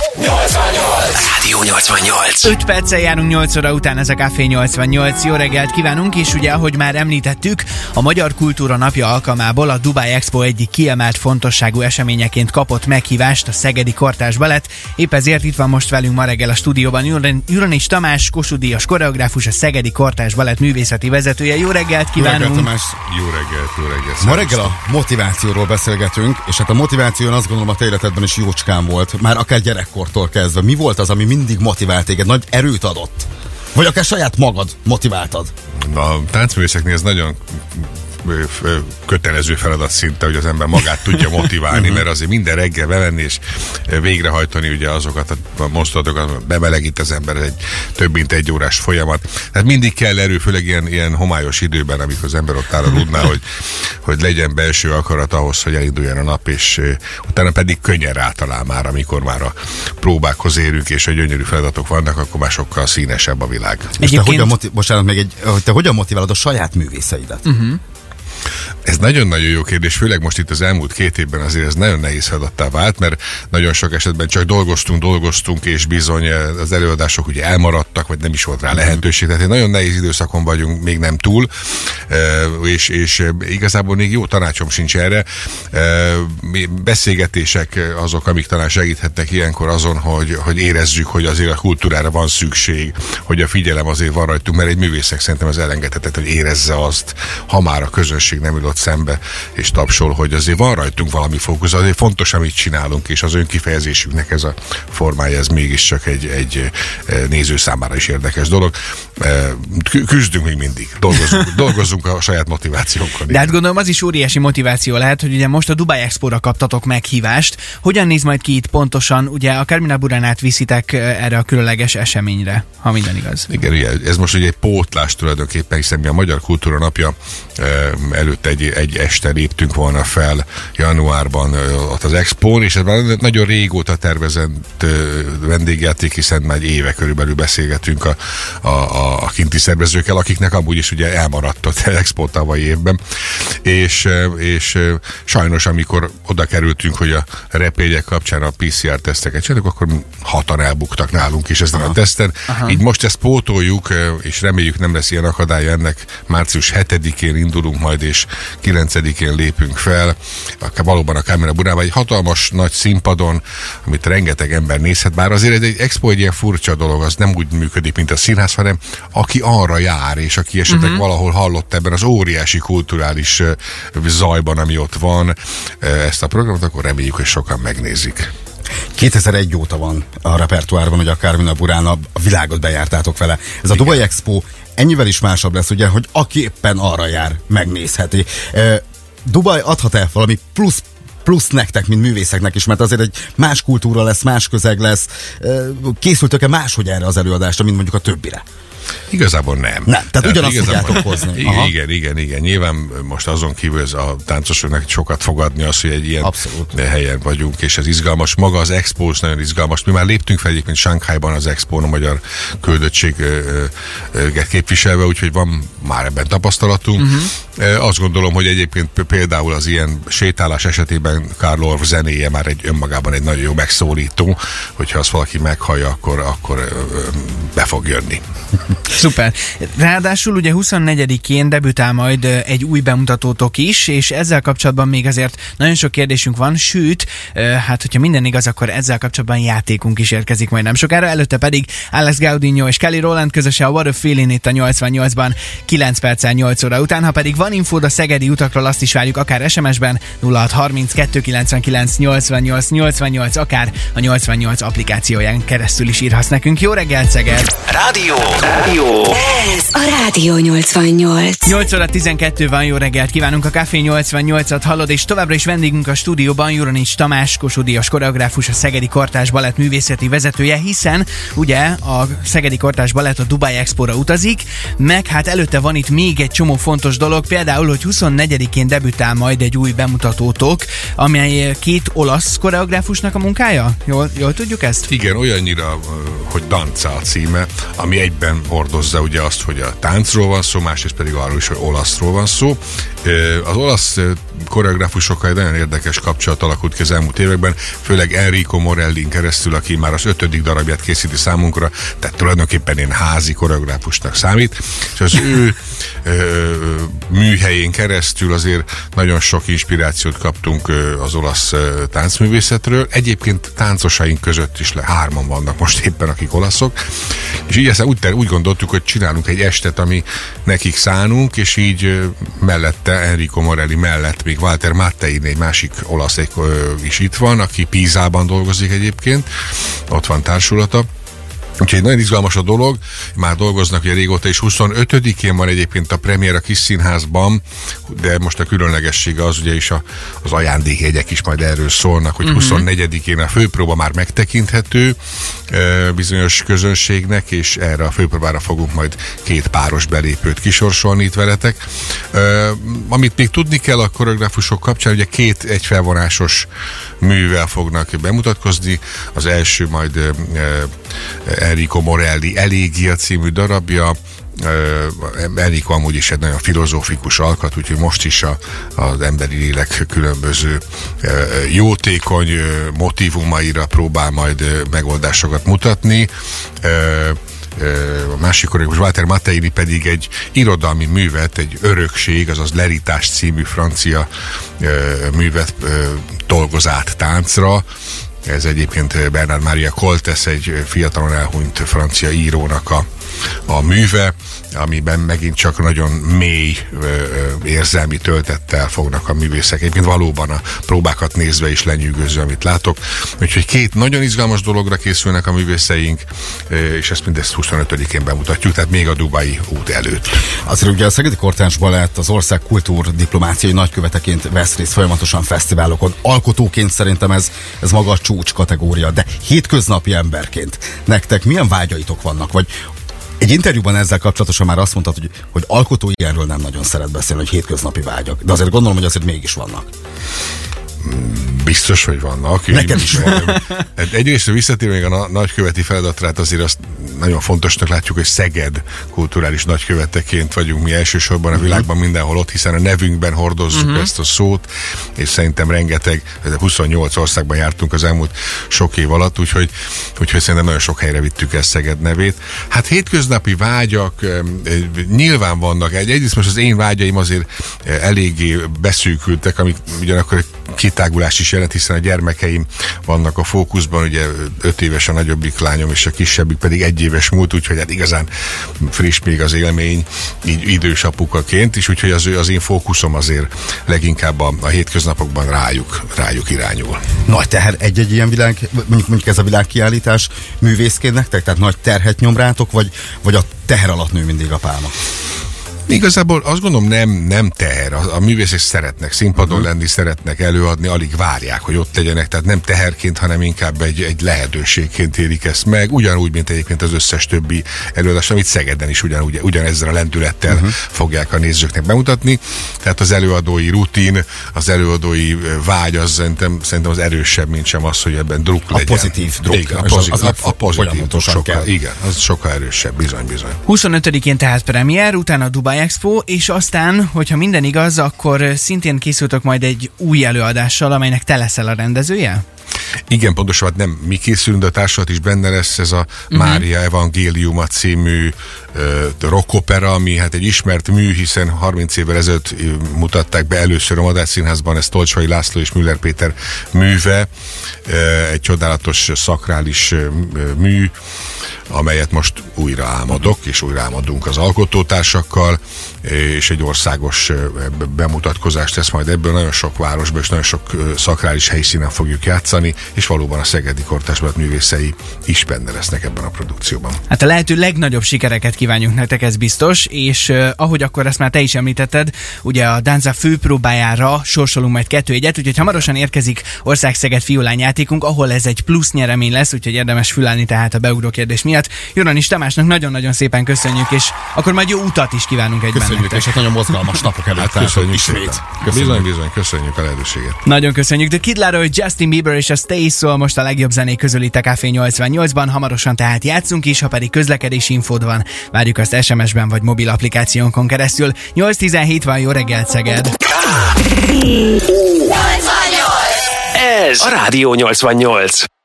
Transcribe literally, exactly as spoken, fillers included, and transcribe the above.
nyolcvannyolc Rádió nyolcvannyolc. öt perccel járunk nyolc óra után, ez a Café nyolcvannyolc. Jó reggelt kívánunk, és ugye, ahogy már említettük, a Magyar Kultúra Napja alkalmából a Dubai Expo egyik kiemelt fontosságú eseményeként kapott meghívást a Szegedi Kortárs Balett. Épp ezért itt van most velünk ma reggel a stúdióban Juranics Tamás, Kossuth Díjas koreográfus, a Szegedi Kortárs Balett művészeti vezetője. Jó reggelt kívánunk! Jó reggelt, Tamás! Jó reggelt, jó reggelt! Ma reggel a motivációról beszélgetünk, és hát a motiváción azt gondolom a te életedben is jócskán volt, már akár gyerekkortól kezdve. Mi volt az, ami mindig motivált téged, nagy erőt adott? Vagy akár saját magad motiváltad? A táncművészeknél ez nagyon kötelező feladat szinte, hogy az ember magát tudja motiválni, mert azért minden reggel bevenni és végrehajtani ugye azokat a mozdulatokat, bemelegít az ember, egy több mint egy órás folyamat. Tehát mindig kell erő, főleg ilyen, ilyen homályos időben, amikor az ember ott áll a rúdnál, hogy, hogy legyen belső akarat ahhoz, hogy elinduljon a nap, és utána pedig könnyen rátalál már, amikor már a próbákhoz érünk, és a gyönyörű feladatok vannak, akkor már sokkal színesebb a világ. És te hogyan, motiv- bocsánat, még egy, te hogyan motiválod a saját művészeidet? Uh-huh. Ez nagyon-nagyon jó kérdés, főleg most itt az elmúlt két évben azért ez nagyon nehéz feladattá vált, mert nagyon sok esetben csak dolgoztunk, dolgoztunk, és bizony az előadások ugye elmaradtak, vagy nem is volt rá lehetőség. Tehát egy nagyon nehéz időszakon vagyunk, még nem túl, és, és igazából még jó tanácsom sincs erre. Beszélgetések azok, amik talán segíthetnek ilyenkor azon, hogy, hogy érezzük, hogy azért a kultúrára van szükség, hogy a figyelem azért van rajtunk, mert egy művészek szerintem az elengedhetetlen, hogy érezze azt, ha már a közönség nem ül ott szembe és tapsol, hogy azért van rajtunk valami fókusz, azért fontos, amit csinálunk, és az önkifejezésünknek ez a formája, ez mégiscsak egy, egy néző számára is érdekes dolog. Küzdünk még mindig, dolgozunk, dolgozunk a saját motivációnkon. De hát gondolom az is óriási motiváció lehet, hogy ugye most a Dubai Expo-ra kaptatok meghívást. Hogyan néz majd ki itt pontosan? Ugye a Carmina Buranát viszitek erre a különleges eseményre, ha minden igaz. Igen, ugye, ez most ugye egy pótlás tulajdonképpen, hiszen mi a Magyar Kultúra Napja előtt egy, egy este léptünk volna fel januárban ott az Expón, és ez már nagyon régóta tervezett vendégjáték, hiszen már egy éve körülbelül beszélgetünk a, a, a, a kinti szervezőkkel, akiknek amúgy is ugye elmaradt ott az Expo tavalyi évben, és, és sajnos amikor oda kerültünk, hogy a repények kapcsán a pé cé er teszteket csináljuk, akkor hatan elbuktak nálunk is ezen a teszten. Aha. Így most ezt pótoljuk, és reméljük nem lesz ilyen akadálya ennek. Március hetedikén indulunk majd, és kilencedikén lépünk fel. Valóban a Carmina Buránban egy hatalmas nagy színpadon, amit rengeteg ember nézhet, bár azért egy, egy expo egy ilyen furcsa dolog, az nem úgy működik, mint a színház, hanem aki arra jár, és aki esetleg uh-huh. valahol hallott ebben az óriási kulturális zajban, ami ott van ezt a programot, akkor reméljük, hogy sokan megnézik. kétezer-egy óta van a repertoárban, hogy a Carmina Burana, a világot bejártátok vele. Ez a igen. Dubai Expo ennyivel is másabb lesz, ugye, hogy aki éppen arra jár, megnézheti. E, Dubai adhat-e valami plusz plusz nektek, mint művészeknek is, mert azért egy más kultúra lesz, más közeg lesz. E, készültök-e máshogy erre az előadásra, mint mondjuk a többire? Igazából nem. Nem, tehát ugyanazt tudjátok hozni. Igen, igen, igen, igen. Nyilván most azon kívül ez a táncosoknak sokat fogadni az, hogy egy ilyen abszolút helyen vagyunk, és ez izgalmas. Maga az Expo is nagyon izgalmas. Mi már léptünk fel egyébként Shanghaiban az Expón a magyar küldöttséget képviselve, úgyhogy van már ebben tapasztalatunk. Uh-huh. Azt gondolom, hogy egyébként például az ilyen sétálás esetében Karl Orff zenéje már egy önmagában egy nagyon jó megszólító, hogyha azt valaki meghallja, akkor, akkor be fog jönni. Szuper. Ráadásul ugye huszonnegyedikén debütál majd egy új bemutatótok is, és ezzel kapcsolatban még azért nagyon sok kérdésünk van, sőt, hát hogyha minden igaz, akkor ezzel kapcsolatban játékunk is érkezik majd nem sokára, előtte pedig Alex Gaudinho és Kelly Rowland közöse a What a Feeling itt a nyolcvannyolcban kilenc perccel nyolc óra után. Ha pedig van infód a szegedi utakról, azt is várjuk akár es em es-ben nulla hat harminckettő kilencvenkilenc nyolcvannyolc nyolcvannyolc, akár a nyolcvannyolc applikációján keresztül is írhatsz nekünk. Jó reggelt, Szeged! Rádió! Rádió! Ez a Rádió nyolcvannyolc. nyolc óra tizenkettő van, jó reggelt kívánunk, a Café nyolcvannyolcat hallod, és továbbra is vendégünk a stúdióban Juranics Tamás, Kossuth Díjas koreográfus, a Szegedi Kortárs Balett művészeti vezetője, hiszen ugye a Szegedi Kortárs Balett a Dubai Expo-ra utazik, meg hát előtte van itt még egy csomó fontos dolog, például, hogy huszonnegyedikén debütál majd egy új bemutatótok, amely két olasz koreográfusnak a munkája? Jól, jól tudjuk ezt? Igen, olyannyira, hogy Danza a címe, ami egyben hordozza ugye azt, hogy a táncról van szó, másrészt pedig arról is, hogy olaszról van szó. Az olasz koreográfusokkal egy nagyon érdekes kapcsolat alakult ki az elmúlt években, főleg Enrico Morellin keresztül, aki már az ötödik darabját készíti számunkra, tehát tulajdonképpen én házi koreográfusnak számít, és az ő ö, műhelyén keresztül azért nagyon sok inspirációt kaptunk az olasz táncművészetről. Egyébként táncosaink között is le hárman vannak most éppen, akik olaszok, és így aztán úgy, úgy gondoltuk, hogy csinálunk egy estet, ami nekik szánunk, és így mellette, Enrico Morelli mellett még Walter Mattein, egy másik olasz egy, is itt van, aki Pízában dolgozik egyébként, ott van társulata. Úgyhogy nagyon izgalmas a dolog, már dolgoznak ugye régóta, és huszonötödikén van egyébként a premier a Kis Színházban, de most a különlegessége az ugye is a, az ajándékjegyek is majd erről szólnak, hogy uh-huh. huszonnegyedikén a főpróba már megtekinthető e, bizonyos közönségnek, és erre a főpróbára fogunk majd két páros belépőt kisorsolni itt veletek. E, amit még tudni kell a koreográfusok kapcsán, ugye két egyfelvonásos művel fognak bemutatkozni, az első majd e, Enrico Morelli Elégia című darabja. Uh, Enrico amúgy is egy nagyon filozófikus alkat, úgyhogy most is a, az emberi lélek különböző uh, jótékony uh, motivumaira próbál majd uh, megoldásokat mutatni. Uh, a másik koreográfus Walter Matteini pedig egy irodalmi művet, egy örökség, azaz Leritás című francia uh, művet uh, dolgoz át táncra. Ez egyébként Bernard Maria Coltes, egy fiatalon elhunyt francia írónak a, a műve, amiben megint csak nagyon mély ö, érzelmi töltettel fognak a művészek. Egyébként valóban a próbákat nézve is lenyűgöző, amit látok. Úgyhogy két nagyon izgalmas dologra készülnek a művészeink, és ezt mindezt huszonötödikén bemutatjuk, tehát még a dubai út előtt. Azért ugye a Szegedi Kortárs Balett az ország kultúrdiplomáciai nagyköveteként vesz részt folyamatosan fesztiválokon. Alkotóként szerintem ez, ez maga a csúcs kategória, de hétköznapi emberként nektek milyen vágyaitok vannak? Vagy egy interjúban ezzel kapcsolatosan már azt mondtad, hogy, hogy alkotó ilyenről nem nagyon szeret beszélni, hogy hétköznapi vágyak. De azért gondolom, hogy azért mégis vannak. Biztos, hogy vannak. Nekem is van. Egyrészt visszatérve még a nagyköveti feladatra, hát azért azt nagyon fontosnak látjuk, hogy Szeged kulturális nagyköveteként vagyunk mi elsősorban a világban mindenhol ott, hiszen a nevünkben hordozzuk uh-huh. ezt a szót, és szerintem rengeteg, huszonnyolc országban jártunk az elmúlt sok év alatt, úgyhogy, úgyhogy szerintem nagyon sok helyre vittük el Szeged nevét. Hát hétköznapi vágyak nyilván vannak. Egyrészt most az én vágyaim azért eléggé beszűkültek, amik ugyanakkor egy kitágulás is jelent, hiszen a gyermekeim vannak a fókuszban, ugye öt éves a nagyobbik lányom, és a kisebbik pedig egy éves múlt, úgyhogy hát igazán friss még az élmény, így idős apukaként is, úgyhogy az, az én fókuszom azért leginkább a, a hétköznapokban rájuk, rájuk irányul. Nagy teher egy-egy ilyen világ, mondjuk, mondjuk ez a világkiállítás művészként nektek, tehát nagy terhet nyom rátok, vagy, vagy a teher alatt nő mindig a pálma? Igazából azt gondolom nem, nem teher. A, a művészek szeretnek színpadon uh-huh. lenni, szeretnek előadni, alig várják, hogy ott legyenek, tehát nem teherként, hanem inkább egy, egy lehetőségként érik ezt meg, ugyanúgy, mint egyébként az összes többi előadás, amit Szegeden is ugyanúgy, ugyanezzel a lendülettel uh-huh. fogják a nézőknek bemutatni. Tehát az előadói rutin, az előadói vágy, az szerintem, szerintem az erősebb, mint sem az, hogy ebben druk a legyen. Pozitív druk. Igen, a, pozitív, az, az a, a pozitív druk sokkal, kell. Igen, az sokkal erősebb, bizony, bizony. huszonötödikén tehát premier, utána Dubai Expo, és aztán, hogyha minden igaz, akkor szintén készültök majd egy új előadással, amelynek te leszel a rendezője? Igen, pontosan, hát nem mi készülünk, de a társulat is benne lesz, ez a uh-huh. Mária Evangéliuma című uh, rockopera, ami hát egy ismert mű, hiszen harminc évvel ezelőtt mutatták be először a Madách Színházban, ez Tolcsai László és Müller Péter műve, uh, egy csodálatos szakrális uh, mű, amelyet most újra álmodok, és újra álmodunk az alkotótársakkal, és egy országos bemutatkozást tesz majd ebből, nagyon sok városban és nagyon sok szakrális helyszínen fogjuk játszani, és valóban a Szegedi Kortárs Balett művészei is benne lesznek ebben a produkcióban. Hát a lehető legnagyobb sikereket kívánjuk nektek, ez biztos, és uh, ahogy akkor ezt már te is említetted, ugye a Danza főpróbájára sorsolunk majd kettő egyet, úgyhogy hamarosan érkezik Ország-Szeged fiúlány játékunk, ahol ez egy plusz nyeremény lesz, úgyhogy érdemes fülállni tehát a beugró kérdés miatt. Joranis Tamásnak nagyon-nagyon szépen köszönjük, és akkor majd jó utat is kívánunk egyben. Köszönjük, és hát nagyon mozgalmas napok előtt. Hát köszönjük, köszönjük. Bizony, bizony, köszönjük a lehetőséget. Nagyon köszönjük. The Kid Laroi, Justin Bieber és és a Stay szól most a legjobb zenék közül itt a Café nyolcvannyolcban, hamarosan tehát játszunk is, ha pedig közlekedési infód van, várjuk azt es em es-ben vagy mobil applikációnkon keresztül. nyolc tizenhét van, jó reggelt Szeged! Ez a Rádió nyolcvannyolc.